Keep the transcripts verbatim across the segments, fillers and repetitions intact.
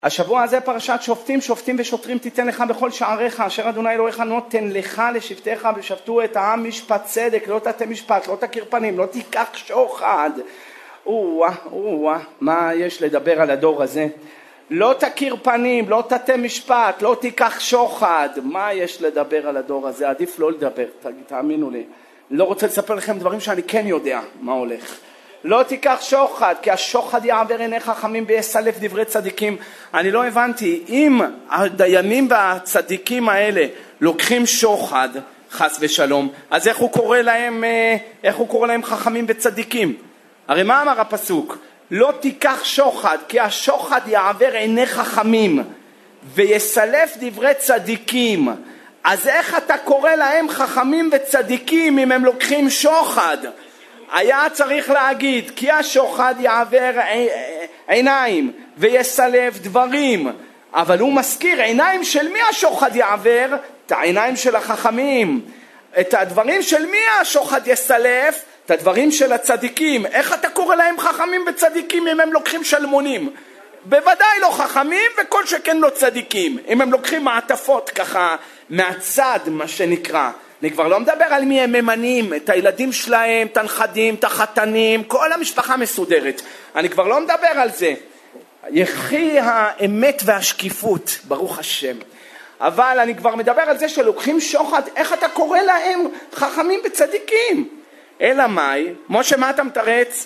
השבוע הזה פרשת שופטים, שופטים ושוטרים תיתן לך בכל שעריך, אשר אדוני אלוהיך נותן לך לשבטיך, ושפטו את העם משפט צדק, לא תטה משפט, לא תכיר פנים, לא תיקח שוחד. או-אה, או-אה, מה יש לדבר על הדור הזה? לא תכיר פנים, לא תטה משפט, לא תיקח שוחד. מה יש לדבר על הדור הזה? עדיף לא לדבר, תאמינו לי. לא רוצה לספר לכם דברים שאני כן יודע מה הולך. לא תיקח שוחד, כי השוחד יעבר עיני חכמים ויסלף דברי צדיקים. אני לא הבנתי, אם הדיינים והצדיקים האלה לוקחים שוחד, חס ושלום, אז איך הוא קורא להם, איך הוא קורא להם חכמים וצדיקים? הרי מה אמר הפסוק? לא תיקח שוחד, כי השוחד יעבר עיני חכמים ויסלף דברי צדיקים. אז איך אתה קורא להם חכמים וצדיקים אם הם לוקחים שוחד? היה צריך להגיד כי השוחד יעבר עיניים ויסלף דברים, אבל הוא מזכיר עיניים של מי השוחד יעבר? את העיניים של החכמים. את הדברים של מי השוחד יסלף? את הדברים של הצדיקים. איך אתה קורא להם חכמים וצדיקים אם הם לוקחים שלמונים? בוודאי לא חכמים, וכל שכן לא צדיקים אם הם לוקחים מעטפות ככה מהצד, מה שנקרא. אני כבר לא מדבר על מי הם ממנים, את הילדים שלהם, את הנכדים, את החתנים, כל המשפחה מסודרת. אני כבר לא מדבר על זה. יחי האמת והשקיפות, ברוך השם. אבל אני כבר מדבר על זה שלוקחים שוחד, איך אתה קורא להם חכמים וצדיקים? אלא מאי? משה, מה אתה מתרץ?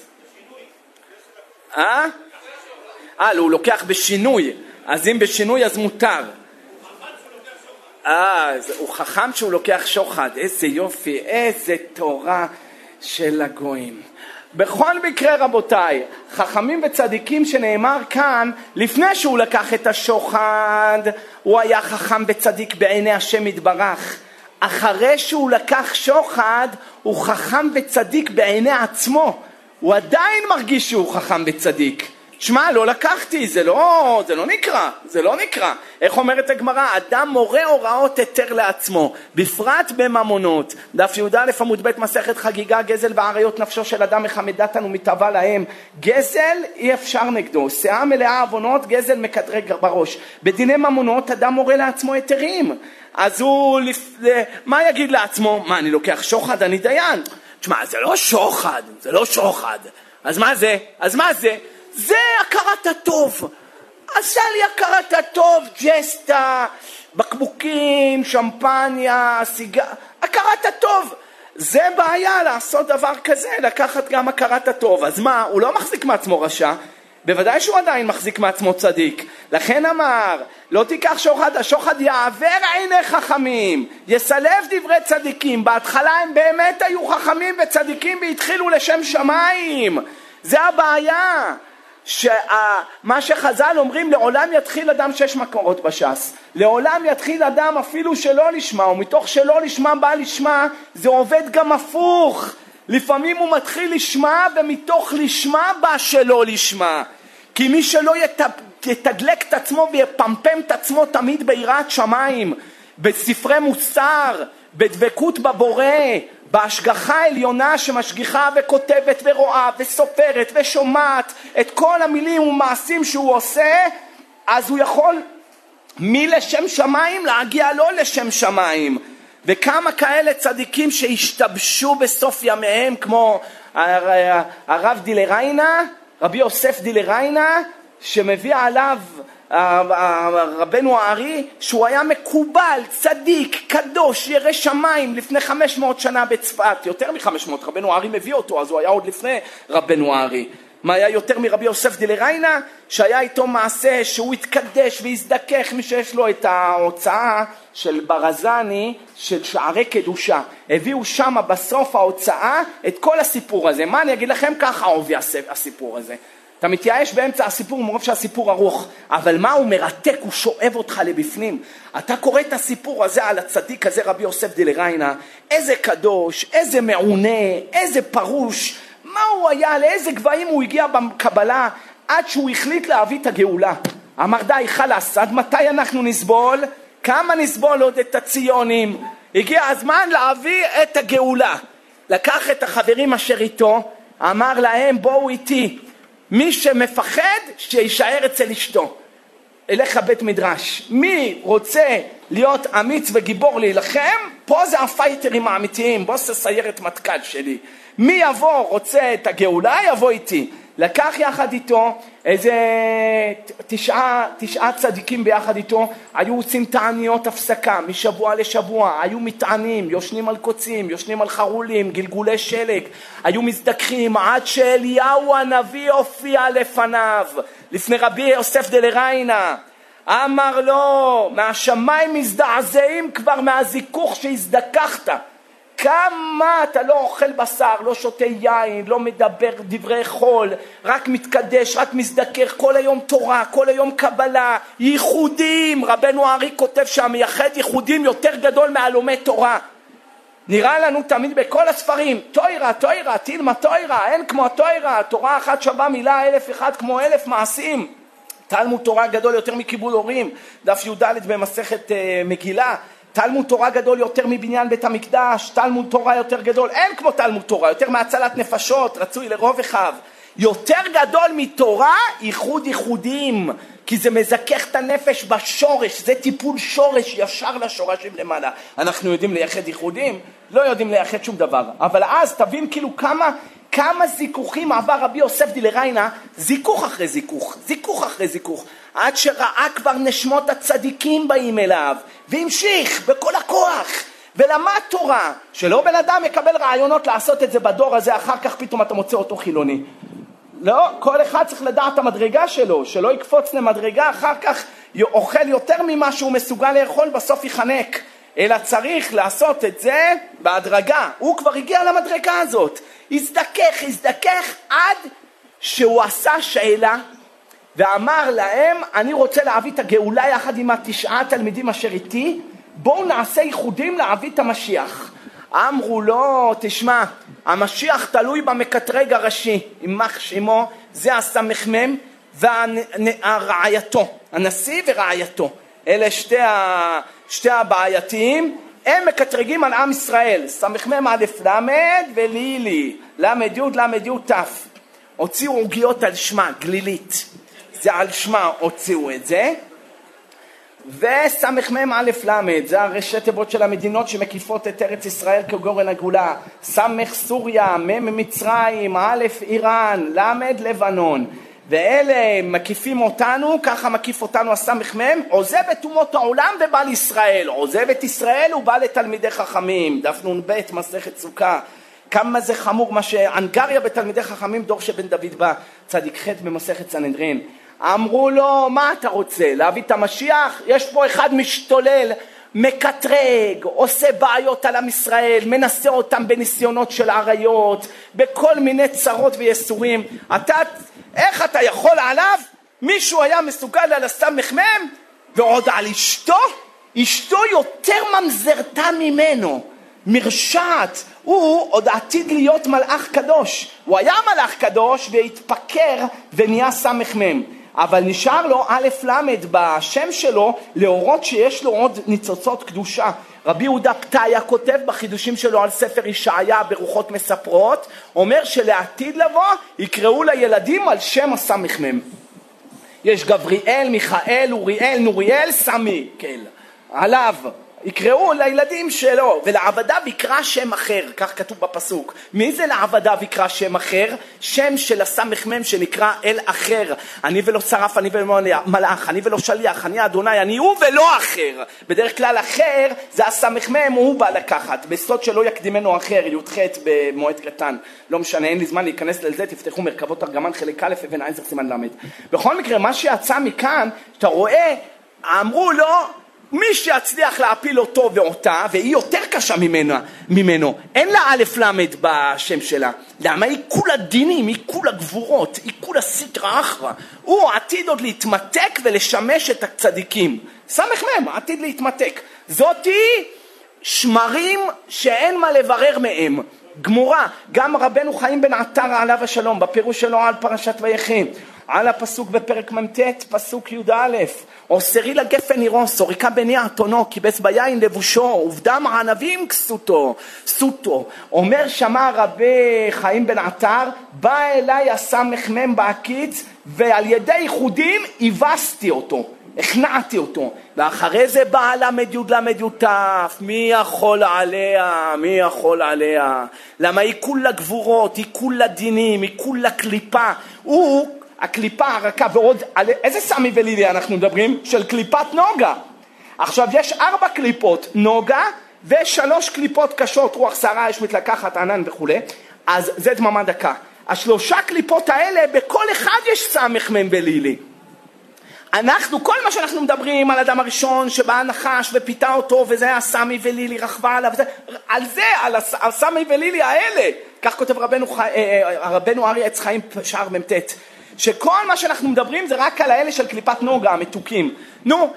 אה? אה, הוא לוקח בשינוי. אז אם בשינוי אז מותר. אה, הוא חכם שהוא לוקח שוחד. איזה יופי, איזה תורה של הגויים. בכל מקרה רבותיי, חכמים וצדיקים שנאמר כאן, לפני שהוא לקח את השוחד, הוא היה חכם וצדיק בעיני השם יתברך. אחרי שהוא לקח שוחד, הוא חכם וצדיק בעיני עצמו. הוא עדיין מרגיש שהוא חכם וצדיק. שמע, לא לקחתי, זה לא, זה לא נקרא, זה לא נקרא. איך אומרת הגמרא? אדם מורה הוראות היתר לעצמו, בפרט בממונות. דף יהודה א' עמוד ב' מסכת חגיגה, גזל ועריות נפשו של אדם מחמדתן ומטבע להם. גזל אי אפשר נגדו, שאה מלאה עוונות, גזל מקטרג בראש. בדיני ממונות אדם מורה לעצמו היתרים. אז הוא, מה יגיד לעצמו? מה, אני לוקח שוחד, אני דיין? תשמע, זה לא שוחד, זה לא שוחד. אז מה זה? אז מה זה? זה הכרת הטוב. עשה לי הכרת הטוב, ג'סטה, בקבוקים, שמפניה, סיגר, הכרת הטוב. זה בעיה לעשות דבר כזה, לקחת גם הכרת הטוב. אז מה, הוא לא מחזיק מעצמו רשע, בוודאי שהוא עדיין מחזיק מעצמו צדיק. לכן אמר, לא תיקח שוחד, השוחד יעבר עיני חכמים, יסלף דברי צדיקים. בהתחלה הם באמת היו חכמים וצדיקים והתחילו לשם שמיים. זה הבעיה. שמה שחז"ל אומרים, לעולם יתחיל אדם שש מקורות בש"ס, לעולם יתחיל אדם אפילו שלא לשמה, ומתוך שלא לשמה בא לשמה. זה עובד גם הפוך, לפעמים הוא מתחיל לשמה ומתוך לשמה בא שלא לשמה. כי מי שלא יתדלק את עצמו ויפמפם את עצמו תמיד ביראת שמיים, בספרי מוסר, בדבקות בבורא, בהשגחה העליונה שמשגיחה וכותבת ורואה וסופרת ושומעת את כל המילים ומעשים שהוא עושה, אז הוא יכול מלשם שמיים להגיע לא לשם שמיים. וכמה כאלה צדיקים שהשתבשו בסוף ימיהם, כמו הרב דילריינה, רבי יוסף דילריינה, שמביא עליו רבנו הארי, שהוא היה מקובל, צדיק, קדוש, ירא שמיים, לפני חמש מאות שנה בצפת, יותר מחמש מאות, רבנו הארי מביא אותו, אז הוא היה עוד לפני רבנו הארי. מה היה יותר מרבי יוסף דילריינה, שהיה איתו מעשה שהוא התקדש והזדכך, מי שיש לו את ההוצאה של ברזני, של שערי קדושה. הביאו שם בסוף ההוצאה את כל הסיפור הזה. מה אני אגיד לכם? ככה עובי הסיפור הזה. אתה מתייאש באמצע הסיפור, מרוב שהסיפור ארוך, אבל מה הוא מרתק, הוא שואב אותך לבפנים. אתה קורא את הסיפור הזה על הצדיק הזה, רבי יוסף דילריינה, איזה קדוש, איזה מעונה, איזה פרוש, מה הוא היה, לאיזה גבהים הוא הגיע בקבלה, עד שהוא החליט להביא את הגאולה. אמר די חלאס, עד מתי אנחנו נסבול? כמה נסבול עוד את הציונים? הגיע הזמן להביא את הגאולה. לקח את החברים אשר איתו, אמר להם בואו איתי, מי שמפחד שישאר אצל אשתו. אליך בית מדרש. מי רוצה להיות אמיץ וגיבור להילחם? פה זה הפייטרים האמיתיים, בוס הסיירת מטכ"ל שלי. מי יבוא, רוצה את הגאולה, יבוא איתי. לקח יחד איתו איזה תשעה, תשעה צדיקים ביחד איתו, היו עושים תעניות הפסקה משבוע לשבוע, היו מתענים, יושנים על קוצים, יושנים על חרולים, גלגולי שלג, היו מזדככים עד שאליהו הנביא הופיע לפניו, לפני רבי יוסף דלריינה, אמר לו, מהשמיים מזדעזעים כבר מהזיכוך שהזדככת, כמה אתה לא אוכל בשר, לא שותה יין, לא מדבר דברי חול, רק מתקדש, רק מזדכך, כל היום תורה, כל היום קבלה, ייחודים. רבנו הארי כותב שהמייחד ייחודים יותר גדול מהלומד תורה. נראה לנו תמיד בכל הספרים, תוירה, תוירה, תלמה תוירה, אין כמו תוירה, תורה אחת שווה מילה אלף אחד כמו אלף מעשים. תלמוד תורה גדול יותר מקיבול הורים, דף י"ד במסכת uh, מגילה. תלמוד תורה גדול יותר מבניין בית המקדש, תלמוד תורה יותר גדול, אין כמו תלמוד תורה, יותר מהצלת נפשות, רצוי לרוב אחיו. יותר גדול מתורה, ייחוד ייחודים, כי זה מזכך את הנפש בשורש, זה טיפול שורש ישר לשורשים למעלה. אנחנו יודעים לייחד ייחודים? לא יודעים לייחד שום דבר, אבל אז תבין כאילו כמה, כמה זיכוכים עבר רבי יוסף דלריינה, זיכוך אחרי זיכוך, זיכוך אחרי זיכוך, עד שראה כבר נשמות הצדיקים באים אליו, והמשיך בכל הכוח, ולמד תורה, שלא בן אדם יקבל רעיונות לעשות את זה בדור הזה, אחר כך פתאום אתה מוצא אותו חילוני. לא, כל אחד צריך לדעת את המדרגה שלו, שלא יקפוץ למדרגה, אחר כך אוכל יותר ממה שהוא מסוגל לאכול, בסוף יחנק. אלא צריך לעשות את זה בהדרגה. הוא כבר הגיע למדרגה הזאת. הזדכך, הזדכך עד שהוא עשה שאלה, ואמר להם, אני רוצה להביא את הגאולה יחד עם התשעה תלמידים אשר איתי, בואו נעשה ייחודים להביא את המשיח. אמרו לו, תשמע, המשיח תלוי במקטרג הראשי, יימח שמו, זה הסמ"ם והרעייתו, הנשיא ורעייתו. אלה שתי, ה... שתי הבעייתיים, הם מקטרגים על עם ישראל, סמ"ם א' למד ולילי, למד י' למד י' ת'. הוציאו עוגיות על שמה, גלילית, זה על שמה הוציאו את זה. וסמ"ם א' למד, זה הראשי תיבות של המדינות שמקיפות את ארץ ישראל כגורן הגאולה. סמ"ך סוריה, מ' מצרים, א' איראן, למד לבנון. ואלה מקיפים אותנו, ככה מקיף אותנו הסמ"ם, עוזב את אומות העולם ובא לישראל, עוזב את ישראל ובא לתלמידי חכמים. דף נ"ב מסכת סוכה. כמה זה חמור מה שאנגריה בתלמידי חכמים, דור שבן דוד בא, צדיק ח' במסכת סנהדרין. אמרו לו, מה אתה רוצה? להביא את המשיח? יש פה אחד משתולל, מקטרג, עושה בעיות על עם ישראל, מנסה אותם בניסיונות של עריות, בכל מיני צרות ויסורים. אתה, איך אתה יכול עליו? מישהו היה מסוגל על הסמ"ם, ועוד על אשתו? אשתו יותר ממזרתה ממנו, מרשעת. הוא עוד עתיד להיות מלאך קדוש. הוא היה מלאך קדוש והתפקר ונהיה סמ"ם. אבל נשאר לו א' למד בשם שלו, להורות שיש לו עוד ניצוצות קדושה. רבי יהודה פתאיה כותב בחידושים שלו על ספר ישעיה ברוחות מספרות, אומר שלעתיד לבוא יקראו לילדים על שם הסמ"ם. יש גבריאל, מיכאל, אוריאל, נוריאל, סמיקל. עליו יקראו לילדים שלו, ולעבדיו יקרא שם אחר, כך כתוב בפסוק. מי זה לעבדיו יקרא שם אחר? שם של הסמ"ם שנקרא אל אחר. אני ולא שרף, אני ולא מלאך, אני ולא שליח, אני אדוני, אני הוא ולא אחר. בדרך כלל אחר זה הסמ"ם, הוא בא לקחת. בסוד שלא יקדימנו אחר, י"ח במועד קטן. לא משנה, אין לי זמן להיכנס לזה, תפתחו מרכבות תרגמן חלק א' אבן עזר סימן למד. בכל מקרה, מה שיצא מכאן, אתה רואה, אמרו לו, מי שיצליח להפיל אותו ואותה, והיא יותר קשה ממנה, ממנו, אין לה א' למד בשם שלה. למה? היא כולה דינים, היא כולה גבורות, היא כולה סטרא אחרא. הוא עתיד עוד להתמתק ולשמש את הצדיקים. סמ"ם, עתיד להתמתק. זאתי שמרים שאין מה לברר מהם. גמורה, גם רבנו חיים בן עטר עליו השלום, בפירוש שלו על פרשת ויחי, על הפסוק בפרק מ"ט, פסוק י"א, אוסרי לגפן עירו, סוריקה בני אתונו, כיבס ביין לבושו, ובדם הענבים כסותו, סותו. אומר שמע רבי חיים בן עטר, בא אליי הסמ"ם בעקיץ, ועל ידי ייחודים היבסתי אותו. הכנעתי אותו, ואחרי זה בא למד י' למד י' ת', מי יכול עליה, מי יכול עליה, למה היא כולה גבורות, היא כולה דינים, היא כולה קליפה, הוא, הקליפה הרכה ועוד, על איזה סמי ולילי אנחנו מדברים? של קליפת נוגה. עכשיו יש ארבע קליפות, נוגה ושלוש קליפות קשות, רוח שערה, יש מתלקחת, ענן וכו'. אז זה דממה דקה. השלושה קליפות האלה, בכל אחד יש סמך מם ולילי. אנחנו, כל מה שאנחנו מדברים על אדם הראשון שבא נחש ופיתה אותו, וזה היה סמי ולילי, רחבה עליו, על זה, על הסמי ולילי האלה, כך כותב רבנו, רבנו אריה עץ חיים שער ממתת, שכל מה שאנחנו מדברים זה רק על האלה של קליפת נוגה, המתוקים. נו,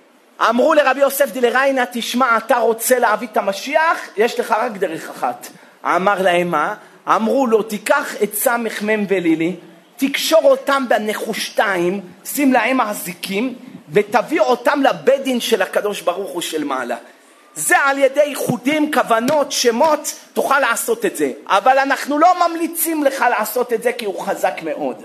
אמרו לרבי יוסף דילריינה, תשמע, אתה רוצה להביא את המשיח, יש לך רק דרך אחת. אמר להם מה? אמרו לו, תיקח את סמך מם ולילי, תקשור אותם בנחושתיים, שים להם הזיקים, ותביא אותם לבדין של הקדוש ברוך הוא של מעלה. זה על ידי ייחודים, כוונות, שמות, תוכל לעשות את זה. אבל אנחנו לא ממליצים לך לעשות את זה, כי הוא חזק מאוד.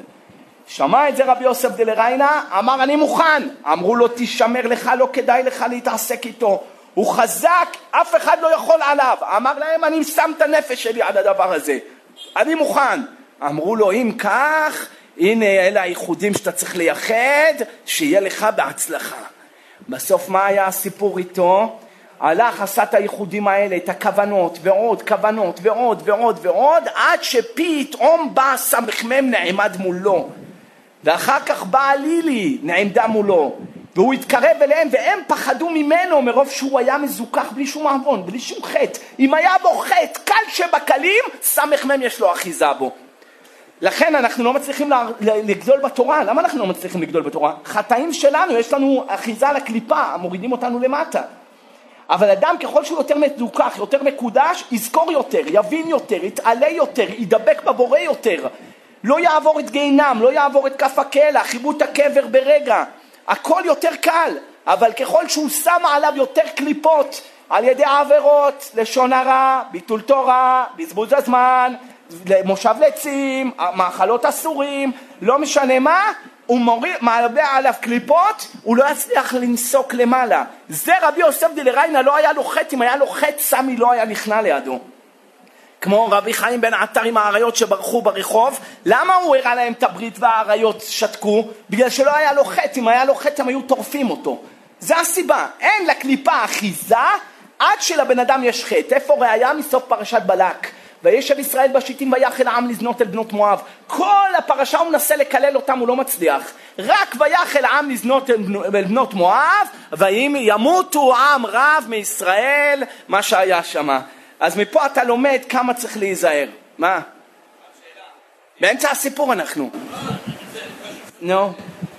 שמע את זה רבי יוסף דלריינה, אמר אני מוכן. אמרו לו, תשמר לך, לא כדאי לך להתעסק איתו. הוא חזק, אף אחד לא יכול עליו. אמר להם, אני שם את הנפש שלי על הדבר הזה. אני מוכן. אמרו לו, אם כך, הנה אלה הייחודים שאתה צריך לייחד, שיהיה לך בהצלחה. בסוף מה היה הסיפור איתו? הלך, עשה את הייחודים האלה, את הכוונות, ועוד כוונות, ועוד ועוד ועוד, עד שפתאום בא סמך מם נעמד מולו. ואחר כך באה לילי, נעמדה מולו. והוא התקרב אליהם, והם פחדו ממנו, מרוב שהוא היה מזוכח בלי שום עוון, בלי שום חטא. אם היה בו חטא, קל שבקלים, סמך מם יש לו אחיזה בו. לכן אנחנו לא מצליחים לגדול בתורה. למה אנחנו לא מצליחים לגדול בתורה? חטאים שלנו, יש לנו אחיזה לקליפה, מורידים אותנו למטה. אבל אדם ככל שהוא יותר מדוכח, יותר מקודש, יזכור יותר, יבין יותר, יתעלה יותר, ידבק בבורא יותר. לא יעבור את גיהינום, לא יעבור את כף הקלע, חיבוט הקבר ברגע. הכל יותר קל, אבל ככל שהוא שם עליו יותר קליפות, על ידי עבירות, לשון הרע, ביטול תורה, בזבוז הזמן, מושב לצים, מאכלות אסורים, לא משנה מה, הוא מעלה עליו קליפות, הוא לא יצליח לנסוק למעלה. זה רבי יוסף דלריינה, לא היה לו חטא, אם היה לו חטא, סמי לא היה נכנע לידו. כמו רבי חיים בן עטר עם האריות שברחו ברחוב, למה הוא הראה להם את הברית והאריות שתקו? בגלל שלא היה לו חטא, אם היה לו חטא הם היו טורפים אותו. זה הסיבה, אין לקליפה אחיזה עד שלבן אדם יש חטא. איפה ראיה? מסוף פרשת בלק. וישב ישראל בשיטים ויחל העם לזנות אל בנות מואב. כל הפרשה הוא מנסה לקלל אותם, הוא לא מצליח. רק ויחל העם לזנות אל בנות מואב, ואם ימותו עם רב מישראל, מה שהיה שם. אז מפה אתה לומד כמה צריך להיזהר. מה? באמצע הסיפור אנחנו. נו.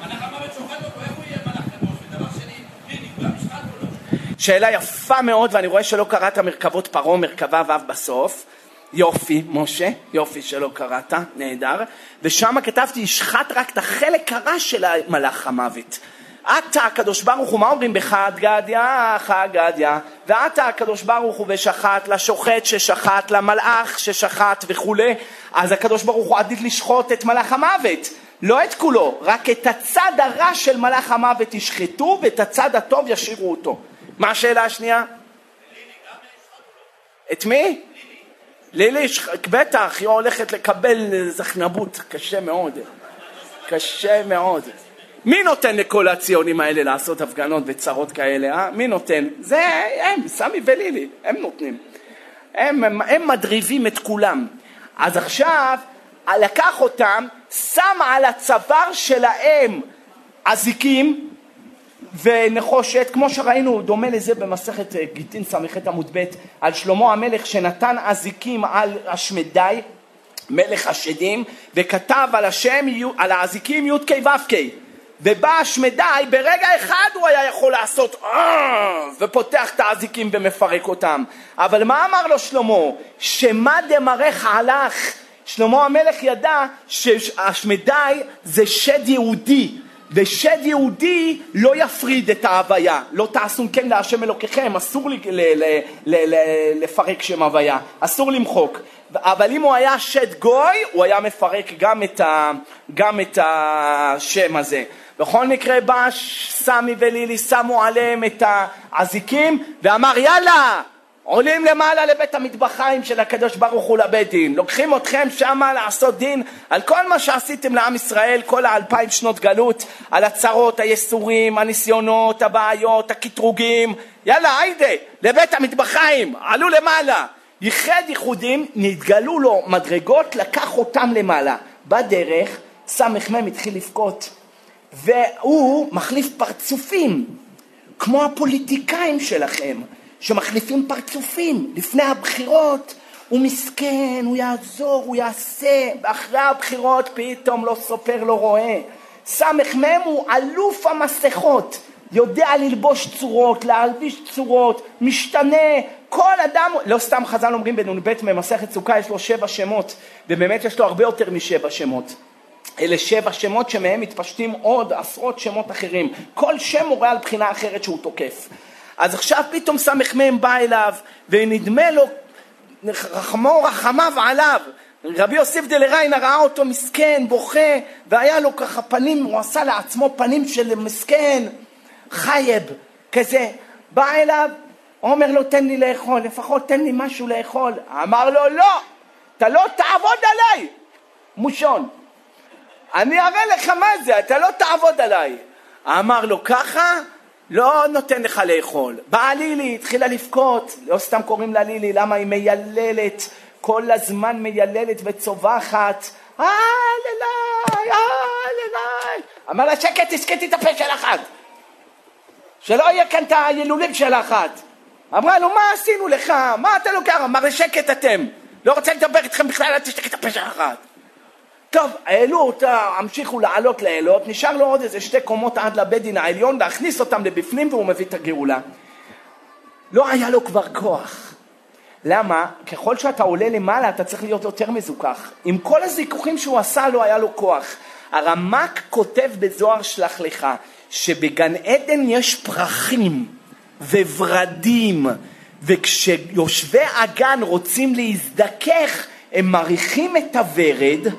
שאלה יפה מאוד, ואני רואה שלא קראת מרכבות פרעה, מרכבה ו' בסוף. יופי, משה, יופי שלא קראת, נהדר. ושם כתבתי, ישחט רק את החלק הרע של מלאך המוות. אתה הקדוש ברוך הוא, מה אומרים בחד גדיה, חד גדיה, ואתה הקדוש ברוך הוא ושחט, לשוחט ששחט, למלאך ששחט וכו'. אז הקדוש ברוך הוא עדיף לשחוט את מלאך המוות, לא את כולו, רק את הצד הרע של מלאך המוות ישחטו, ואת הצד הטוב ישאירו אותו. מה השאלה השנייה? את מי? לילי, בטח, היא הולכת לקבל זכנבות, קשה מאוד, קשה מאוד. מי נותן לכל הציונים האלה לעשות הפגנות וצרות כאלה, אה? מי נותן? זה הם, סמי ולילי, הם נותנים. הם, הם, הם מדריבים את כולם. אז עכשיו, לקח אותם, שם על הצוואר שלהם הזיקים ונחושת, כמו שראינו, דומה לזה במסכת גיטין סמיכת עמוד ב' על שלמה המלך שנתן הזיקים על השמדי, מלך השדים, וכתב על השם, על הזיקים י' כ' ו' כ'. ובא השמדי, ברגע אחד הוא היה יכול לעשות ופותח את האזיקים ומפרק אותם. אבל מה אמר לו שלמה? שמה דמרך הלך? שלמה המלך ידע שהשמדי זה שד יהודי, ושד יהודי לא יפריד את ההוויה. לא תעשו כן להשם אלוקיכם, אסור ל- ל- ל- ל- ל- לפרק שם הוויה, אסור למחוק. אבל אם הוא היה שד גוי, הוא היה מפרק גם את, ה- גם את השם הזה. בכל מקרה בא סמי ולילי, שמו עליהם את האזיקים ואמר יאללה, עולים למעלה לבית המטבחיים של הקדוש ברוך הוא לבית דין. לוקחים אתכם שמה לעשות דין על כל מה שעשיתם לעם ישראל, כל האלפיים שנות גלות, על הצרות, היסורים, הניסיונות, הבעיות, הקטרוגים. יאללה, היידה, לבית המטבחיים, עלו למעלה. ייחד ייחודים, נתגלו לו מדרגות, לקח אותם למעלה. בדרך, סמך מם התחיל לבכות. והוא מחליף פרצופים, כמו הפוליטיקאים שלכם. שמחליפים פרצופים לפני הבחירות, הוא מסכן, הוא יעזור, הוא יעשה, ואחרי הבחירות פתאום לא סופר, לא רואה. סמך מם הוא אלוף המסכות, יודע ללבוש צורות, להלביש צורות, משתנה, כל אדם, לא סתם חז"ל אומרים בנון ב' ממסכת סוכה יש לו שבע שמות, ובאמת יש לו הרבה יותר משבע שמות. אלה שבע שמות שמהם מתפשטים עוד עשרות שמות אחרים, כל שם מורה על בחינה אחרת שהוא תוקף. אז עכשיו פתאום סמך מם בא אליו, ונדמה לו, רחמו רחמיו עליו. רבי יוסף דלריינה ראה אותו מסכן, בוכה, והיה לו ככה פנים, הוא עשה לעצמו פנים של מסכן, חייב, כזה. בא אליו, אומר לו תן לי לאכול, לפחות תן לי משהו לאכול. אמר לו לא, אתה לא תעבוד עליי, מושון. אני אראה לך מה זה, אתה לא תעבוד עליי. אמר לו ככה, לא נותן לך לאכול. באה לילי, התחילה לבכות, לא סתם קוראים לה לילי, למה היא מייללת, כל הזמן מייללת וצובחת, אה ללי, אה ללי. אמר לה שקט, תסקטי את הפה של אחת, שלא יהיה כאן את הילולים של אחת. אמרה לו מה עשינו לך, מה אתה לוקח? אמר לה שקט אתם, לא רוצה לדבר איתכם בכלל, אל תשתקי את הפה של אחת. טוב, העלו אותה, המשיכו לעלות לעלות, נשאר לו עוד איזה שתי קומות עד לבית דין העליון, להכניס אותם לבפנים והוא מביא את הגאולה. לא היה לו כבר כוח. למה? ככל שאתה עולה למעלה אתה צריך להיות יותר מזוכח. עם כל הזיכוכים שהוא עשה לא היה לו כוח. הרמ"ק כותב בזוהר שלח לך, שבגן עדן יש פרחים וורדים, וכשיושבי הגן רוצים להזדכך, הם מריחים את הוורד,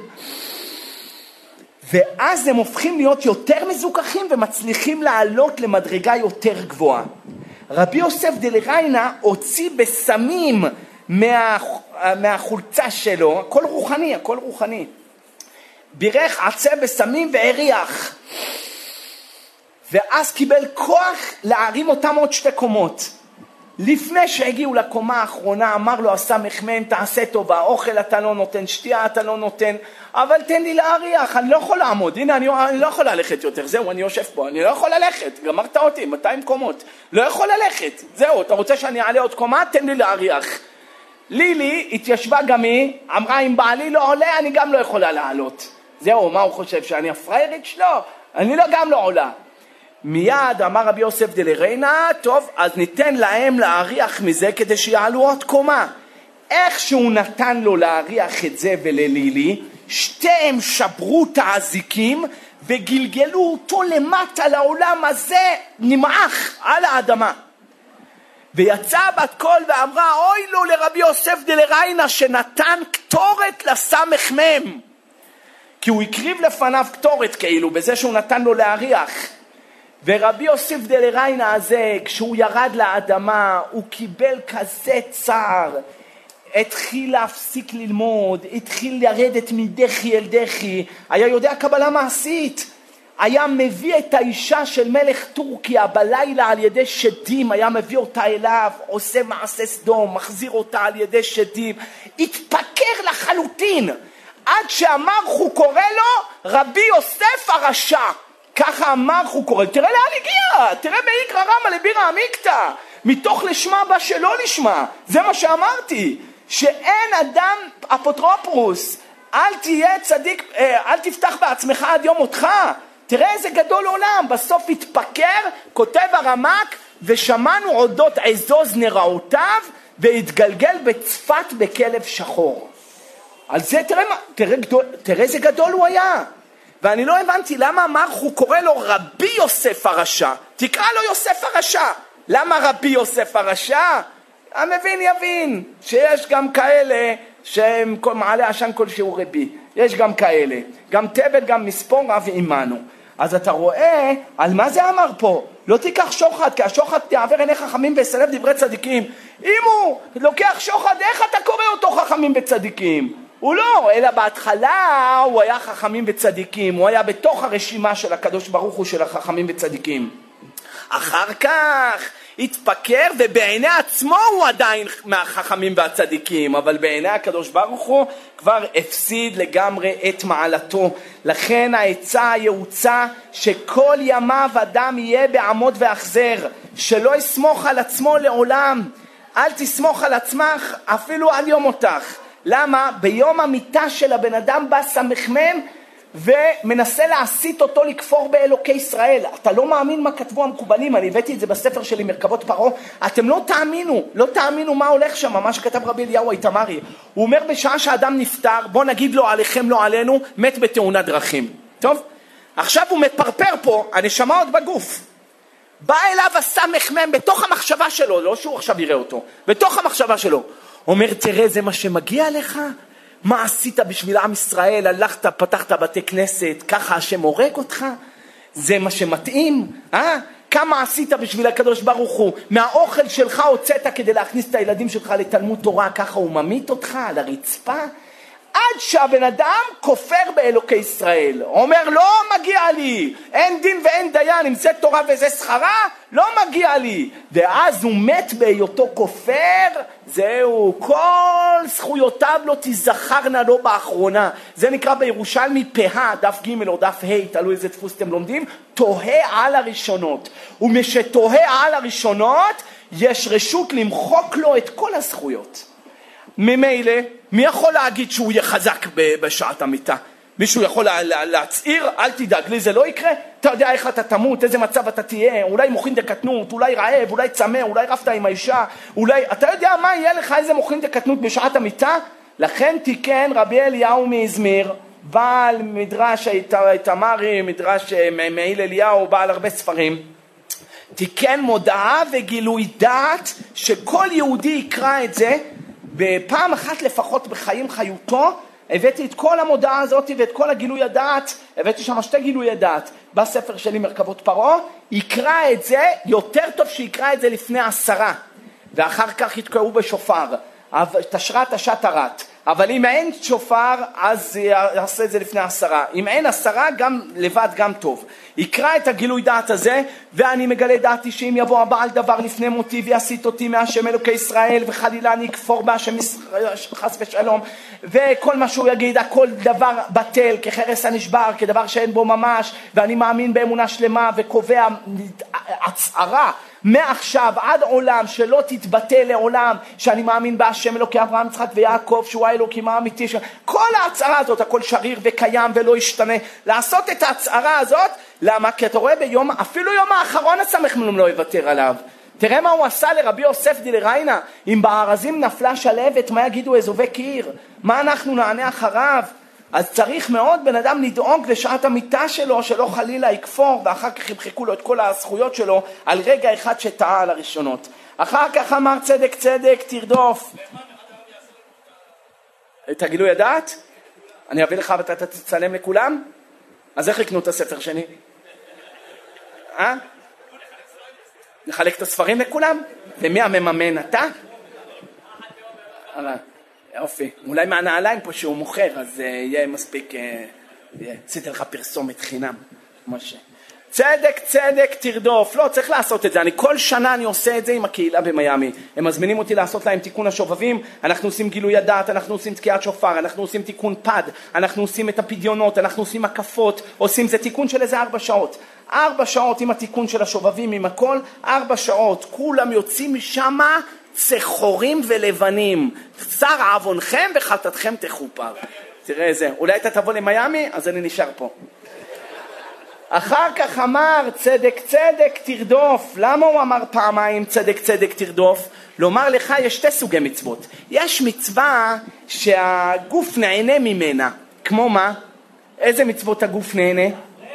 ואז הם הופכים להיות יותר מזוכחים ומצליחים לעלות למדרגה יותר גבוהה. רבי יוסף דלריינה הוציא בסמים מה, מהחולצה שלו, הכל רוחני, הכל רוחני. בירך עצה בסמים והריח. ואז קיבל כוח להרים אותם עוד שתי קומות. לפני שהגיעו לקומה האחרונה אמר לו הסמך מם תעשה טובה, אוכל אתה לא נותן, שתייה אתה לא נותן, אבל תן לי להריח, אני לא יכול לעמוד, הנה אני, אני לא יכול ללכת יותר, זהו אני יושב פה, אני לא יכול ללכת, גמרת אותי, מאתיים קומות, לא יכול ללכת, זהו, אתה רוצה שאני אעלה עוד קומה, תן לי להריח. לילי התיישבה גם היא, אמרה אם בעלי לא עולה אני גם לא יכולה לעלות. זהו, מה הוא חושב, שאני הפריירית שלו? אני לא גם לא עולה. מיד אמר רבי יוסף דלריינה, טוב, אז ניתן להם להריח מזה כדי שיעלו עוד קומה. איך שהוא נתן לו להריח את זה וללילי, שתיהם שברו את האזיקים וגלגלו אותו למטה לעולם הזה, נמעך על האדמה. ויצאה בת קול ואמרה, אוי לו לרבי יוסף דלריינה שנתן קטורת לסמך מם. כי הוא הקריב לפניו קטורת כאילו, בזה שהוא נתן לו להריח. ורבי יוסף דלריינה הזה, כשהוא ירד לאדמה, הוא קיבל כזה צער, התחיל להפסיק ללמוד, התחיל לרדת מדחי אל דחי, היה יודע קבלה מעשית, היה מביא את האישה של מלך טורקיה בלילה על ידי שדים, היה מביא אותה אליו, עושה מעשה סדום, מחזיר אותה על ידי שדים, התפקר לחלוטין, עד שהמלך הוא קורא לו רבי יוסף הרשע. ככה המלך הוא קורא, תראה לאן הגיע, תראה באיקרא רמא לבירא עמיקתא, מתוך לשמה בא שלא לשמה, זה מה שאמרתי, שאין אדם אפוטרופוס, אל תהיה צדיק, אל תפתח בעצמך עד יום מותך, תראה איזה גדול עולם, בסוף התפקר, כותב הרמ"ק, ושמענו עודות עזוז נראותיו, והתגלגל בצפת בכלב שחור. על זה תראה, תראה, תראה איזה גדול הוא היה. ואני לא הבנתי למה מרח הוא קורא לו רבי יוסף הרשע. תקרא לו יוסף הרשע. למה רבי יוסף הרשע? המבין יבין שיש גם כאלה שהם מעלה עשן כל שהוא רבי. יש גם כאלה. גם תבל גם מספור רב עמנו. אז אתה רואה על מה זה אמר פה. לא תיקח שוחד, כי השוחד תעבר עיני חכמים ויסלף דברי צדיקים. אם הוא לוקח שוחד, איך אתה קורא אותו חכמים וצדיקים? הוא לא, אלא בהתחלה הוא היה חכמים וצדיקים, הוא היה בתוך הרשימה של הקדוש ברוך הוא של החכמים וצדיקים. אחר כך התפקר, ובעיני עצמו הוא עדיין מהחכמים והצדיקים, אבל בעיני הקדוש ברוך הוא כבר הפסיד לגמרי את מעלתו. לכן העצה היעוצה שכל ימיו אדם יהיה בעמוד ואחזר, שלא יסמוך על עצמו לעולם. אל תסמוך על עצמך אפילו על יום מותך. למה? ביום המיטה של הבן אדם בא סמ"ם ומנסה להסית אותו לכפור באלוקי ישראל. אתה לא מאמין מה כתבו המקובלים, אני הבאתי את זה בספר שלי מרכבות פרעה. אתם לא תאמינו, לא תאמינו מה הולך שם, מה שכתב רבי אליהו האיתמרי. הוא אומר בשעה שהאדם נפטר, בוא נגיד לו עליכם לא עלינו, מת בתאונת דרכים. טוב? עכשיו הוא מפרפר פה, הנשמה עוד בגוף. בא אליו הסמ"ם בתוך המחשבה שלו, לא שהוא עכשיו יראה אותו, בתוך המחשבה שלו. אומר, תראה, זה מה שמגיע לך? מה עשית בשביל עם ישראל? הלכת, פתחת בתי כנסת, ככה השם הורג אותך? זה מה שמתאים? אה? כמה עשית בשביל הקדוש ברוך הוא? מהאוכל שלך הוצאת כדי להכניס את הילדים שלך לתלמוד תורה, ככה הוא ממית אותך על הרצפה? עד שהבן אדם כופר באלוקי ישראל, אומר לא מגיע לי, אין דין ואין דיין, אם זה תורה וזה שכרה, לא מגיע לי. ואז הוא מת בהיותו כופר, זהו, כל זכויותיו לא תזכרנה לו באחרונה. זה נקרא בירושלמי פאה, דף ג' או דף ה', תלוי איזה דפוס אתם לומדים, תוהה על הראשונות. ומשתוהה על הראשונות, יש רשות למחוק לו את כל הזכויות. ממילא, מי יכול להגיד שהוא יהיה חזק בשעת המיטה? מישהו יכול לה, לה, להצעיר, אל תדאג לי, זה לא יקרה? אתה יודע איך אתה תמות, איזה מצב אתה תהיה, אולי מוחין דקטנות, אולי רעב, אולי צמא, אולי רפת עם האישה, אולי, אתה יודע מה יהיה לך, איזה מוחין דקטנות בשעת המיטה? לכן תיקן רבי אליהו מאזמיר, בעל מדרש האיתמרי, מדרש מעיל אליהו, בעל הרבה ספרים, תיקן מודעה וגילוי דעת שכל יהודי יקרא את זה, בפעם אחת לפחות בחיים חיותו. הבאתי את כל המודעה הזאת ואת כל הגילוי הדעת, הבאתי שם שתי גילוי הדעת בספר שלי מרכבות פרעה. יקרא את זה, יותר טוב שיקרא את זה לפני עשרה, ואחר כך יתקעו בשופר, תשרת תשת תרת. אבל אם אין שופר אז יעשה את זה לפני עשרה, אם אין עשרה גם לבד גם טוב. יקרא את הגילוי דעת הזה, ואני מגלה דעתי שאם יבוא הבעל דבר לפני מותי ויסית אותי מהשם אלוקי ישראל, וחלילה אני אכפור בהשם חס ושלום, וכל מה שהוא יגיד הכל דבר בטל, כחרס הנשבר, כדבר שאין בו ממש, ואני מאמין באמונה שלמה וקובע הצהרה מעכשיו עד עולם שלא תתבטל לעולם, שאני מאמין בהשם אלוקי אברהם יצחק ויעקב שהוא האלוקים האמיתי. כל ההצהרה הזאת הכל שריר וקיים ולא ישתנה. לעשות את ההצהרה הזאת, למה? כי אתה רואה ביום, אפילו יום האחרון הסמ"ם לא יוותר עליו. תראה מה הוא עשה לרבי יוסף דילריינה, אם בארזים נפלה שלבת, מה יגידו אזובי קיר? מה אנחנו נענה אחריו? אז צריך מאוד בן אדם לדאוג לשעת המיטה שלו, שלא חלילה יקפור, ואחר כך ימחקו לו את כל הזכויות שלו על רגע אחד שטעה על הראשונות. אחר כך אמר צדק צדק תרדוף. את הגילוי הדעת? אני אביא לך ואתה תצלם לכולם? אז איך יקנו את הספר שני? אה? נחלק את הספרים לכולם? ומי המממן? אתה? יופי, אולי מהנעליים פה שהוא מוכר, אז יהיה מספיק, עשיתי לך פרסומת חינם, משה. צדק צדק תרדוף, לא צריך לעשות את זה, אני כל שנה אני עושה את זה עם הקהילה במיימי, הם מזמינים אותי לעשות להם תיקון השובבים, אנחנו עושים גילוי הדעת, אנחנו עושים תקיעת שופר, אנחנו עושים תיקון פד, אנחנו עושים את הפדיונות, אנחנו עושים הקפות, עושים זה תיקון של איזה ארבע שעות, ארבע שעות עם התיקון של השובבים, עם הכל, ארבע שעות, כולם יוצאים משם צחורים ולבנים, שר עוונכם וחטאתכם תכופר. תראה זה, אולי אתה תבוא למיימי, אז אני נשאר פה. אחר כך אמר צדק צדק תרדוף. למה הוא אמר פעמיים צדק צדק תרדוף? לומר לך יש שתי סוגי מצוות. יש מצווה שהגוף נהנה ממנה, כמו מה? איזה מצוות הגוף נהנה?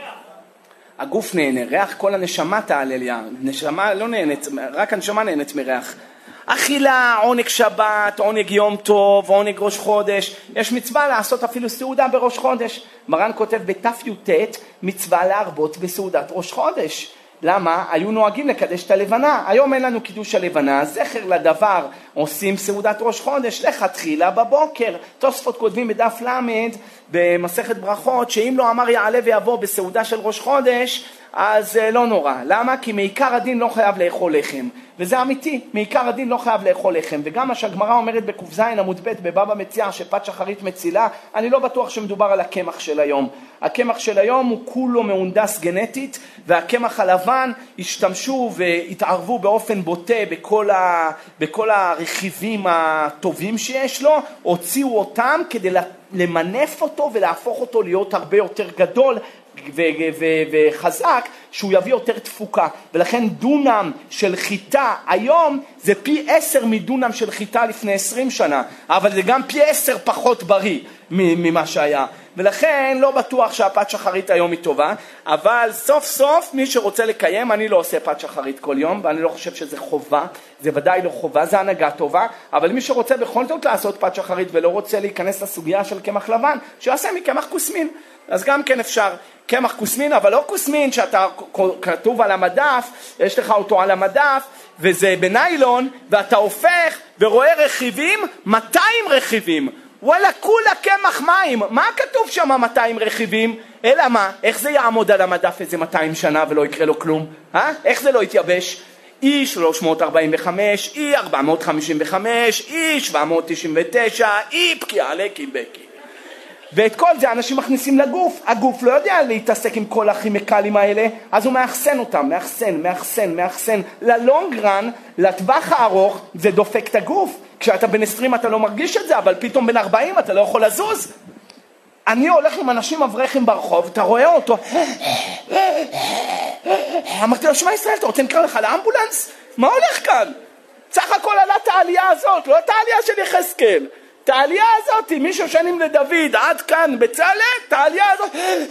הגוף נהנה, ריח כל הנשמה תעלליה, נשמה לא נהנית, רק הנשמה נהנית מריח. אכילה, עונג שבת, עונג יום טוב, עונג ראש חודש, יש מצווה לעשות אפילו סעודה בראש חודש. מרן כותב בתף י"ט, מצווה להרבות בסעודת ראש חודש. למה? היו נוהגים לקדש את הלבנה, היום אין לנו קידוש הלבנה, זכר לדבר, עושים סעודת ראש חודש, לכתחילה בבוקר. תוספות כותבים בדף למד, במסכת ברכות, שאם לא אמר יעלה ויבוא בסעודה של ראש חודש, אז לא נורא. למה? כי מעיקר הדין לא חייב לאכול לחם. וזה אמיתי, מעיקר הדין לא חייב לאכול לחם. וגם מה שהגמרא אומרת בק"ז עמוד ב' בבבא מציעא שפת שחרית מצילה, אני לא בטוח שמדובר על הקמח של היום. הקמח של היום הוא כולו מהונדס גנטית, והקמח הלבן השתמשו והתערבו באופן בוטה בכל, ה... בכל הרכיבים הטובים שיש לו, הוציאו אותם כדי למנף אותו ולהפוך אותו להיות הרבה יותר גדול ו- ו- וחזק, שהוא יביא יותר תפוקה. ולכן דונם של חיטה היום זה פי עשר מדונם של חיטה לפני עשרים שנה, אבל זה גם פי עשר פחות בריא ממה שהיה. ולכן לא בטוח שהפת שחרית היום היא טובה, אבל סוף סוף מי שרוצה לקיים, אני לא עושה פת שחרית כל יום, ואני לא חושב שזה חובה, זה ודאי לא חובה, זה הנהגה טובה, אבל מי שרוצה בכל זאת לעשות פת שחרית ולא רוצה להיכנס לסוגיה של קמח לבן, שיעשה מקמח כוסמין. אז גם כן אפשר קמח כוסמין, אבל לא כוסמין שאתה כתוב על המדף, יש לך אותו על המדף, וזה בניילון, ואתה הופך ורואה רכיבים, מאתיים רכיבים. וואלה, כולה קמח מים. מה כתוב שם מאתיים רכיבים? אלא מה? איך זה יעמוד על המדף איזה מאתיים שנה ולא יקרה לו כלום? אה? איך זה לא יתייבש? אי שלוש מאות ארבעים וחמש, אי ארבע מאות חמישים וחמש, אי שבע מאות תשעים ותשע, אי פקיעה לקילבקי. ואת כל זה אנשים מכניסים לגוף. הגוף לא יודע להתעסק עם כל הכימיקלים האלה, אז הוא מאחסן אותם, מאחסן, מאחסן, מאחסן. ללונגרן, לטווח הארוך, זה דופק את הגוף. כשאתה בן עשרים אתה לא מרגיש את זה, אבל פתאום בן ארבעים אתה לא יכול לזוז. אני הולך עם אנשים אברכים ברחוב, אתה רואה אותו, אמרתי לו, שמע ישראל, אתה רוצה נקרא לך לאמבולנס? מה הולך כאן? צריך הכל עלה את העלייה הזאת, לא את העלייה של יחזקאל. את העלייה הזאת, מישהו שנים לדוד, עד כאן בצלת, את העלייה הזאת.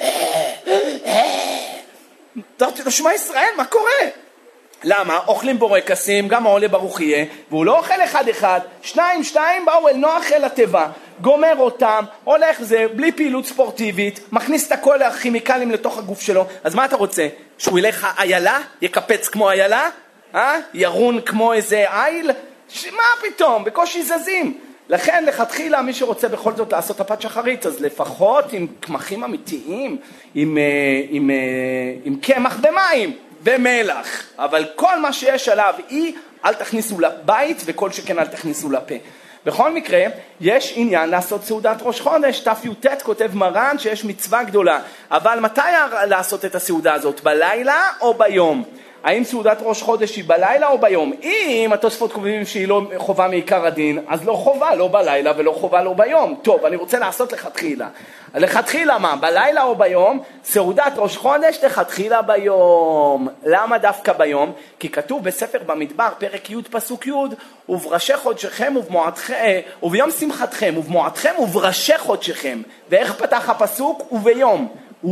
אמרתי לו, שמע ישראל, מה קורה? למה? אוכלים בורקסים, גם העולה ברוך יהיה, והוא לא אוכל אחד אחד, שניים שתיים באו אל נוח אל הטבע, גומר אותם, הולך זה, בלי פעילות ספורטיבית, מכניס את הכל הכימיקלים לתוך הגוף שלו. אז מה אתה רוצה? שהוא ילך איילה? יקפץ כמו איילה? אה? ירון כמו איזה איל? מה פתאום? בקושי זזים. לכן לכתחילה מי שרוצה בכל זאת לעשות הפת שחרית, אז לפחות עם קמחים אמיתיים, עם, עם, עם קמח במים ומלח, אבל כל מה שיש עליו אי, אל תכניסו לבית, וכל שכן אל תכניסו לפה. בכל מקרה, יש עניין לעשות סעודת ראש חודש. תף י"ט כותב מרן שיש מצווה גדולה, אבל מתי לעשות את הסעודה הזאת? בלילה או ביום? האם סעודת ראש חודש היא בלילה או ביום? אם התוספות קובעים שהיא לא חובה מעיקר הדין, אז לא חובה לא בלילה ולא חובה לא ביום. טוב, אני רוצה לעשות לכתחילה. לכתחילה מה? בלילה או ביום? סעודת ראש חודש לכתחילה ביום. למה דווקא ביום? כי כתוב בספר במדבר, פרק י' פסוק י', ובראשי חודשכם ובמועדכם, וביום שמחתכם ובמועדכם ובראשי חודשכם. ואיך פתח הפסוק? וביום.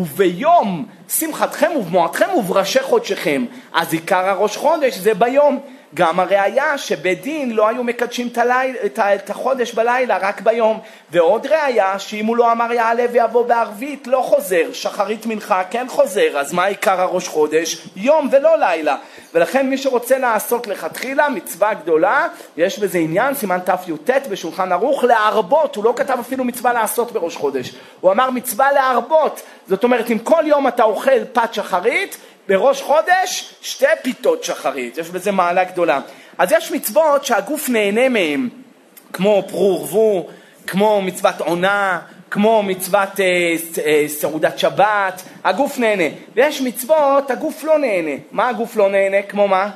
וביום שמחתכם ובמועדכם ובראשי חודשכם. אז עיקר הראש חודש זה ביום. גם הראיה שבית דין לא היו מקדשים את, הליל, את החודש בלילה, רק ביום. ועוד ראיה שאם הוא לא אמר יעלה ויבוא בערבית לא חוזר, שחרית מנחה כן חוזר. אז מה עיקר הראש חודש? יום ולא לילה. ולכן מי שרוצה לעשות לכתחילה מצווה גדולה, יש בזה עניין, סימן תף י"ט בשולחן ערוך, להרבות. הוא לא כתב אפילו מצווה לעשות בראש חודש, הוא אמר מצווה להרבות. זאת אומרת, אם כל יום אתה אוכל פת שחרית, בראש חודש שתי פיתות שחרית, יש בזה מעלה גדולה. אז יש מצוות שהגוף נהנה מהם, כמו פרו ורבו, כמו מצוות עונה, כמו מצוות אה, אה, סעודת שבת, הגוף נהנה. ויש מצוות, הגוף לא נהנה. מה הגוף לא נהנה? כמו מה?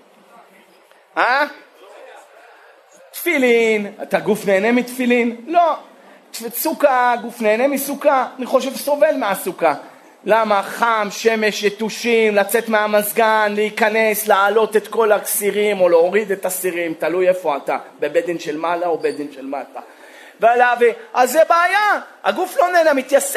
אה? תפילין. אתה גוף נהנה מתפילין? לא. סוכה, הגוף נהנה מסוכה. אני חושב סובל מהסוכה. למה? חם, שמש, יתושים, לצאת מהמזגן, להיכנס, לעלות את כל הסירים או להוריד את הסירים, תלוי איפה אתה, בבית דין של מעלה או בית דין של מטה. ועליו, אז זה בעיה, הגוף לא נהנה, מתייסר.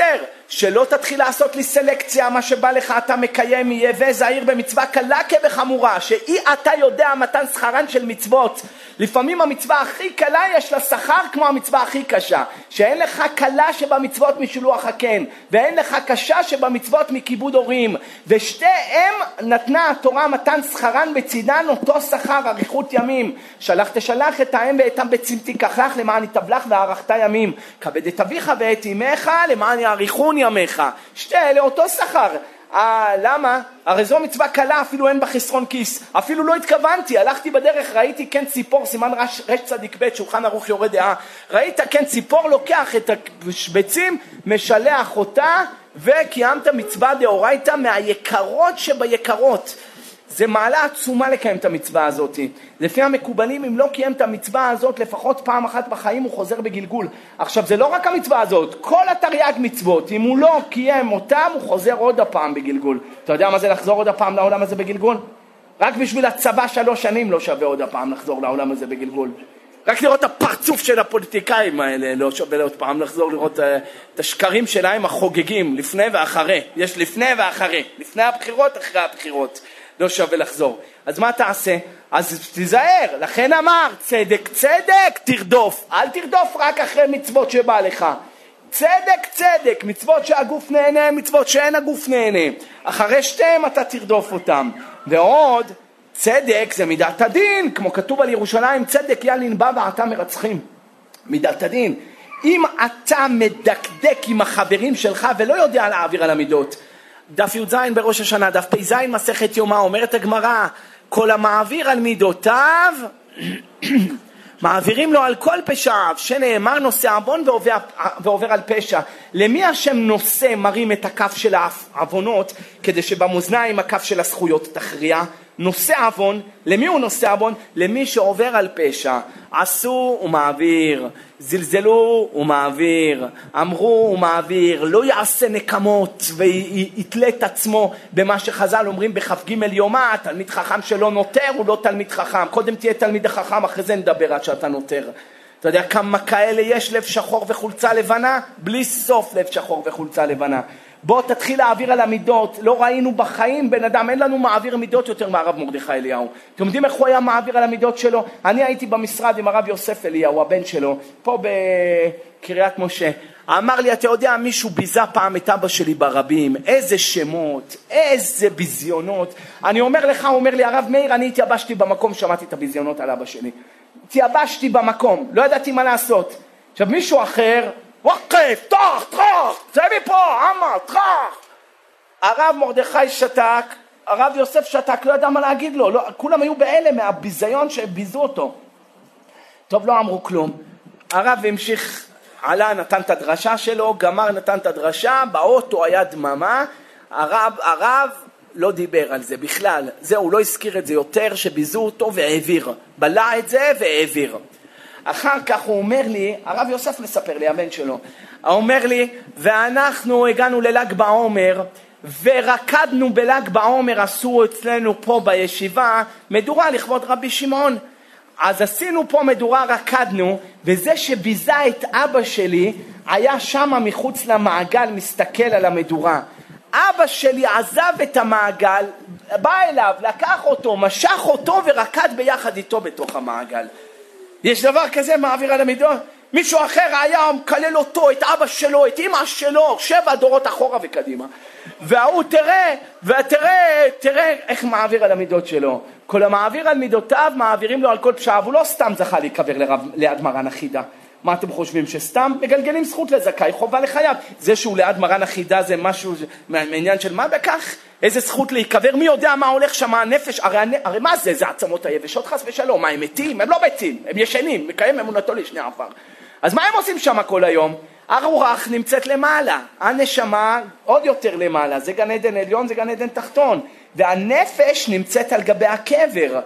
שלא תתחיל לעשות לי סלקציה, מה שבא לך אתה מקיים, יהיה וזהיר במצווה קלה כבחמורה, שאי אתה יודע מתן שכרן של מצוות. לפעמים המצווה הכי קלה יש לה שכר כמו המצווה הכי קשה, שאין לך קלה שבמצוות משילוח הקן, ואין לך קשה שבמצוות מכיבוד הורים, ושתיהם נתנה התורה מתן שכרן בצידן אותו שכר, אריכות ימים. שלח תשלח את האם ואת הביצים תיקח לך, למען יתבלך וארכת ימים. כבד את אביך ואת אמך, למען יאריכון ימיך. שתי אלה אותו שכר. אה, למה? הרי זו מצווה קלה, אפילו אין בה חסרון כיס, אפילו לא התכוונתי, הלכתי בדרך, ראיתי כן ציפור, סימן רש, רש צדיק ב' שולחן ערוך יורה דעה, ראית כן ציפור, לוקח את השבצים, משלח אותה, וקיימת מצווה דאורייתא מהיקרות שביקרות. זה מעלה עצומה לקיים את המצווה הזאת. לפי המקובלים, אם לא קיים את המצווה הזאת, לפחות פעם אחת בחיים הוא חוזר בגלגול. עכשיו, זה לא רק המצווה הזאת, כל התרי"ג מצוות, אם הוא לא קיים אותם, הוא חוזר עוד הפעם בגלגול. אתה יודע מה זה לחזור עוד הפעם לעולם הזה בגלגול? רק בשביל הצבא שלוש שנים לא שווה עוד הפעם לחזור לעולם הזה בגלגול. רק לראות את הפרצוף של הפוליטיקאים האלה, לא שווה עוד פעם לחזור לראות את השקרים שלהם החוגגים, לפני ואחרי. יש לפני ואחרי, לפני הבחירות, אחרי הבחירות. לא שווה לחזור. אז מה תעשה? אז תיזהר, לכן אמר, צדק צדק תרדוף, אל תרדוף רק אחרי מצוות שבא לך. צדק צדק, מצוות שהגוף נהנה, מצוות שאין הגוף נהנה. אחרי שתיהם אתה תרדוף אותם. ועוד, צדק זה מידת הדין, כמו כתוב על ירושלים, צדק ילין בא ואתה מרצחים. מידת הדין. אם אתה מדקדק עם החברים שלך ולא יודע להעביר על המידות, דף י"ז בראש השנה, דף פ"ז מסכת יומא, אומרת הגמרא, כל המעביר על מידותיו, מעבירים לו על כל פשעיו, שנאמר נושא עוון ועובר, ועובר על פשע. למי השם נושא מרים את הכף של העוונות, כדי שבמאזניים הכף של הזכויות תכריע? נושא עוון, למי הוא נושא עוון? למי שעובר על פשע. עשו ומעביר, זלזלו ומעביר, אמרו ומעביר, לא יעשה נקמות ויתלה את עצמו במה שחז"ל אומרים בכ"ג יומא, תלמיד חכם שלא נותר הוא לא תלמיד חכם. קודם תהיה תלמיד החכם, אחרי זה נדבר עד שאתה נותר. אתה יודע כמה כאלה יש, לב שחור וחולצה לבנה? בלי סוף לב שחור וחולצה לבנה. בוא תתחיל להעביר על המידות. לא ראינו בחיים בן אדם, אין לנו מעביר מידות יותר מהרב מרדכי אליהו. אתם יודעים איך הוא היה מעביר על המידות שלו? אני הייתי במשרד עם הרב יוסף אליהו, הבן שלו, פה בקריית משה. אמר לי, אתה יודע, מישהו ביזה פעם את אבא שלי ברבים, איזה שמות, איזה ביזיונות. אני אומר לך, הוא אומר לי, הרב מאיר, אני התייבשתי במקום, שמעתי את הביזיונות על אבא שלי. התייבשתי במקום, לא ידעתי מה לעשות. עכשיו מישהו אחר, וואקף, תח, תח, זה מפה, עמה, תח. הרב מרדכי שתק, הרב יוסף שתק, לא ידע מה להגיד לו, לא, כולם היו באלה מהביזיון שביזו אותו. טוב, לא אמרו כלום. הרב המשיך, עלה, נתן את הדרשה שלו, גמר, נתן את הדרשה, באוטו היה דממה, הרב, הרב לא דיבר על זה בכלל, זהו, לא הזכיר את זה יותר, שביזו אותו והעביר, בלע את זה והעביר. אחר כך הוא אומר לי, הרב יוסף מספר לי, הבן שלו, הוא אומר לי, ואנחנו הגענו לל"ג בעומר, ורקדנו בל"ג בעומר, עשו אצלנו פה בישיבה, מדורה לכבוד רבי שמעון. אז עשינו פה מדורה, רקדנו, וזה שביזה את אבא שלי, היה שם מחוץ למעגל, מסתכל על המדורה. אבא שלי עזב את המעגל, בא אליו, לקח אותו, משך אותו ורקד ביחד איתו בתוך המעגל. יש דבר כזה מעביר על המידות? מישהו אחר היה מקלל אותו, את אבא שלו, את אמא שלו, שבע דורות אחורה וקדימה. והוא תראה, ותראה, תראה איך מעביר על המידות שלו. כל המעביר על מידותיו, מעבירים לו על כל פשעיו. הוא לא סתם זכה להיקבר ליד מרן החידה. מה אתם חושבים, שסתם מגלגלים זכות לזכאי, חובה לחייו? זה שהוא ליד מרן החידה זה משהו, מעניין של מה בכך? איזה זכות להיקבר? מי יודע מה הולך שם הנפש? הרי, הרי מה זה? זה עצמות היבשות חס ושלום. מה, הם מתים? הם לא מתים, הם ישנים, מקיים אמונתו לשני עפר. אז מה הם עושים שם כל היום? הרוח נמצאת למעלה, הנשמה עוד יותר למעלה, זה גן עדן עליון, זה גן עדן תחתון, והנפש נמצאת על גבי הקבר,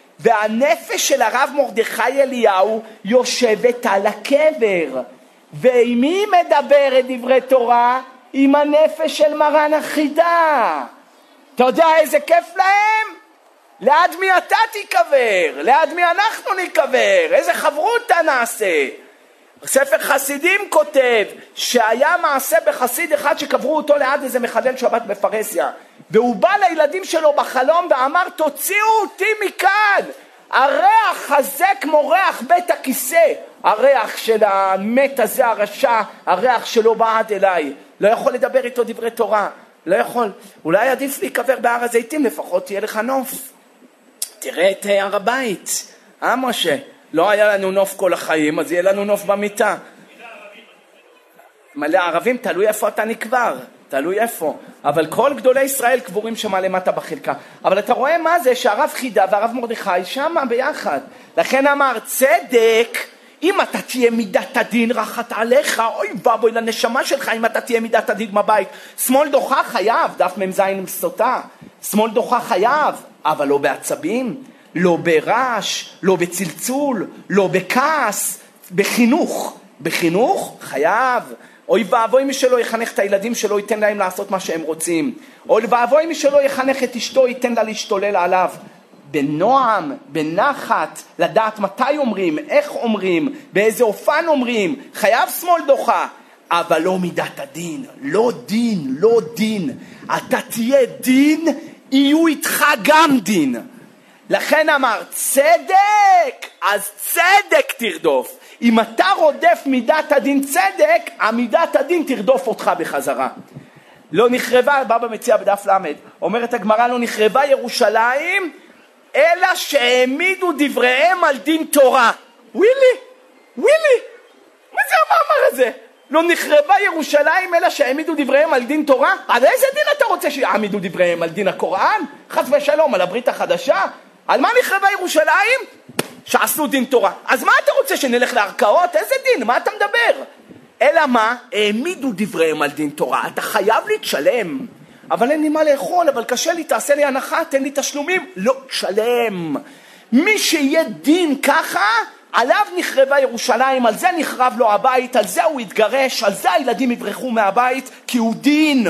והנפש של הרב מרדכי אליהו יושבת על הקבר, ועם מי מדברת דברי תורה? עם הנפש של מרן החידה. אתה יודע איזה כיף להם? ליד מי אתה תיקבר? ליד מי אנחנו ניקבר? איזה חברותה נעשה? ספר חסידים כותב שהיה מעשה בחסיד אחד שקברו אותו ליד איזה מחלל שבת בפרסיה, והוא בא לילדים שלו בחלום ואמר תוציאו אותי מכאן, הריח הזה כמו ריח בית הכיסא, הריח של המת הזה הרשע, הריח שלו בעד אליי, לא יכול לדבר איתו דברי תורה, לא יכול. אולי עדיף להיקבר בהר הזיתים, לפחות תהיה לך נוף. תראה את הר הבית, אה משה? לא היה לנו נוף כל החיים, אז יהיה לנו נוף במיטה. מלא ערבים, תלוי איפה אתה נקבר, תלוי איפה. אבל כל גדולי ישראל קבורים שם למטה בחלקה. אבל אתה רואה מה זה שהרב חידה והרב מרדכי שם ביחד. לכן אמר צדק, אם אתה תהיה מידת הדין רחת עליך, אוי ואבוי לנשמה שלך אם אתה תהיה מידת הדין בבית. שמאל דוחה חייב, דף ממזין סוטה, שמאל דוחה חייב, אבל לא בעצבים, לא ברעש, לא בצלצול, לא בכעס, בחינוך. בחינוך חייב. אוי ואבוי מי שלא יחנך את הילדים שלו, ייתן להם לעשות מה שהם רוצים. אוי ואבוי מי שלא יחנך את אשתו, ייתן לה להשתולל עליו. בנועם, בנחת, לדעת מתי אומרים, איך אומרים, באיזה אופן אומרים. חייב שמאל דוחה, אבל לא מידת הדין, לא דין, לא דין. אתה תהיה דין, יהיו איתך גם דין. לכן אמר צדק, אז צדק תרדוף. אם אתה רודף מידת הדין צדק, המידת הדין תרדוף אותך בחזרה. לא נחרבה, בבא מציע בדף למד, אומרת הגמרא, לא נחרבה ירושלים, אלא שהעמידו דבריהם על דין תורה. ווילי, ווילי, מה זה המאמר הזה? לא נחרבה ירושלים אלא שהעמידו דבריהם על דין תורה? על איזה דין אתה רוצה שיעמידו דבריהם? על דין הקוראן? חס ושלום, על הברית החדשה? על מה נחרבה ירושלים? שעשו דין תורה. אז מה אתה רוצה, שנלך לערכאות? איזה דין? מה אתה מדבר? אלא מה? העמידו דבריהם על דין תורה. אתה חייב להתשלם. אבל אין לי מה לאכול, אבל קשה לי, תעשה לי הנחה, תן לי תשלומים. לא, תשלם. מי שיהיה דין ככה, עליו נחרבה ירושלים, על זה נחרב לו הבית, על זה הוא יתגרש, על זה הילדים יברחו מהבית, כי הוא דין.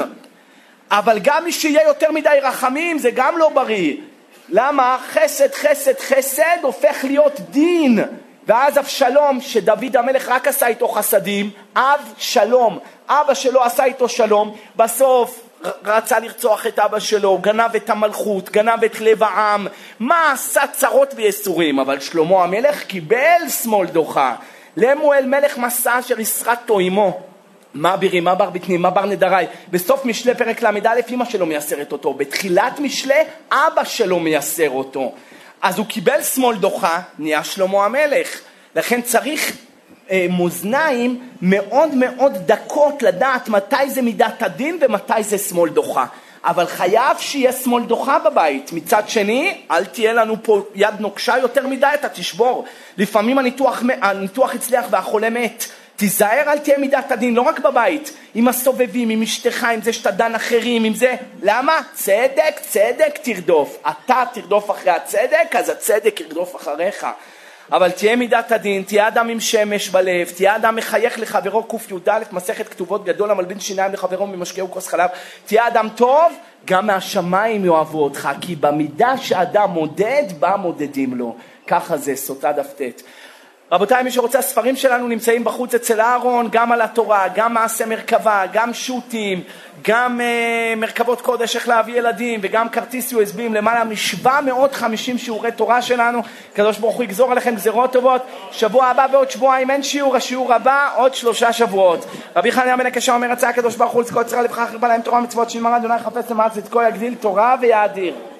אבל גם מי שיהיה יותר מדי רחמים, זה גם לא בריא. למה? חסד, חסד, חסד הופך להיות דין. ואז אבשלום, שדוד המלך רק עשה איתו חסדים, אבשלום, אבא שלו עשה איתו שלום, בסוף רצה לרצוח את אבא שלו, גנב את המלכות, גנב את לב העם, מה עשה צרות ויסורים. אבל שלמה המלך קיבל שמאל דוחה. למואל מלך מסע אשר ישרתו עמו, מה בירי, מה בר בטני, מה בר נדרי. בסוף משלי פרק למד א' אמא שלו מייסרת אותו, בתחילת משלי אבא שלו מייסר אותו. אז הוא קיבל שמאל דוחה, נהיה שלמה המלך. לכן צריך אה, מוזניים מאוד מאוד דקות לדעת מתי זה מידת הדין ומתי זה שמאל דוחה. אבל חייב שיהיה שמאל דוחה בבית. מצד שני, אל תהיה לנו פה יד נוקשה יותר מדי, אתה תשבור. לפעמים הניתוח, הניתוח הצליח והחולה מת. תיזהר, אל תהיה מידת הדין, לא רק בבית, עם הסובבים, עם אשתך, עם זה שאתה דן אחרים, עם זה. למה? צדק, צדק תרדוף. אתה תרדוף אחרי הצדק, אז הצדק ירדוף אחריך. אבל תהיה מידת הדין, תהיה אדם עם שמש בלב, תהיה אדם מחייך לחברו, קוף י"ד, מסכת כתובות, גדול המלבין שיניים לחברו ממשקהו כוס חלב. תהיה אדם טוב, גם מהשמיים יאהבו אותך, כי במידה שאדם מודד, בה מודדים לו. ככה זה, סוטה דף ט'. רבותיי, מי שרוצה, הספרים שלנו נמצאים בחוץ אצל אהרון, גם על התורה, גם מעשה מרכבה, גם שוטים, גם uh, מרכבות קודש, איך להביא ילדים, וגם כרטיס יו אס בי עם למעלה מ-שבע מאות וחמישים שיעורי תורה שלנו. קדוש ברוך הוא יגזור עליכם גזירות טובות. שבוע הבא בעוד שבועיים אין שיעור, השיעור הבא עוד שלושה שבועות. רבי חנינא בן עקשיא אומר, רצה הקדוש ברוך הוא לזכות ישראל לבחר בהם תורה ומצוות, שילמד אדוני חפץ למען צדקו, יגדיל תורה ויאדיר.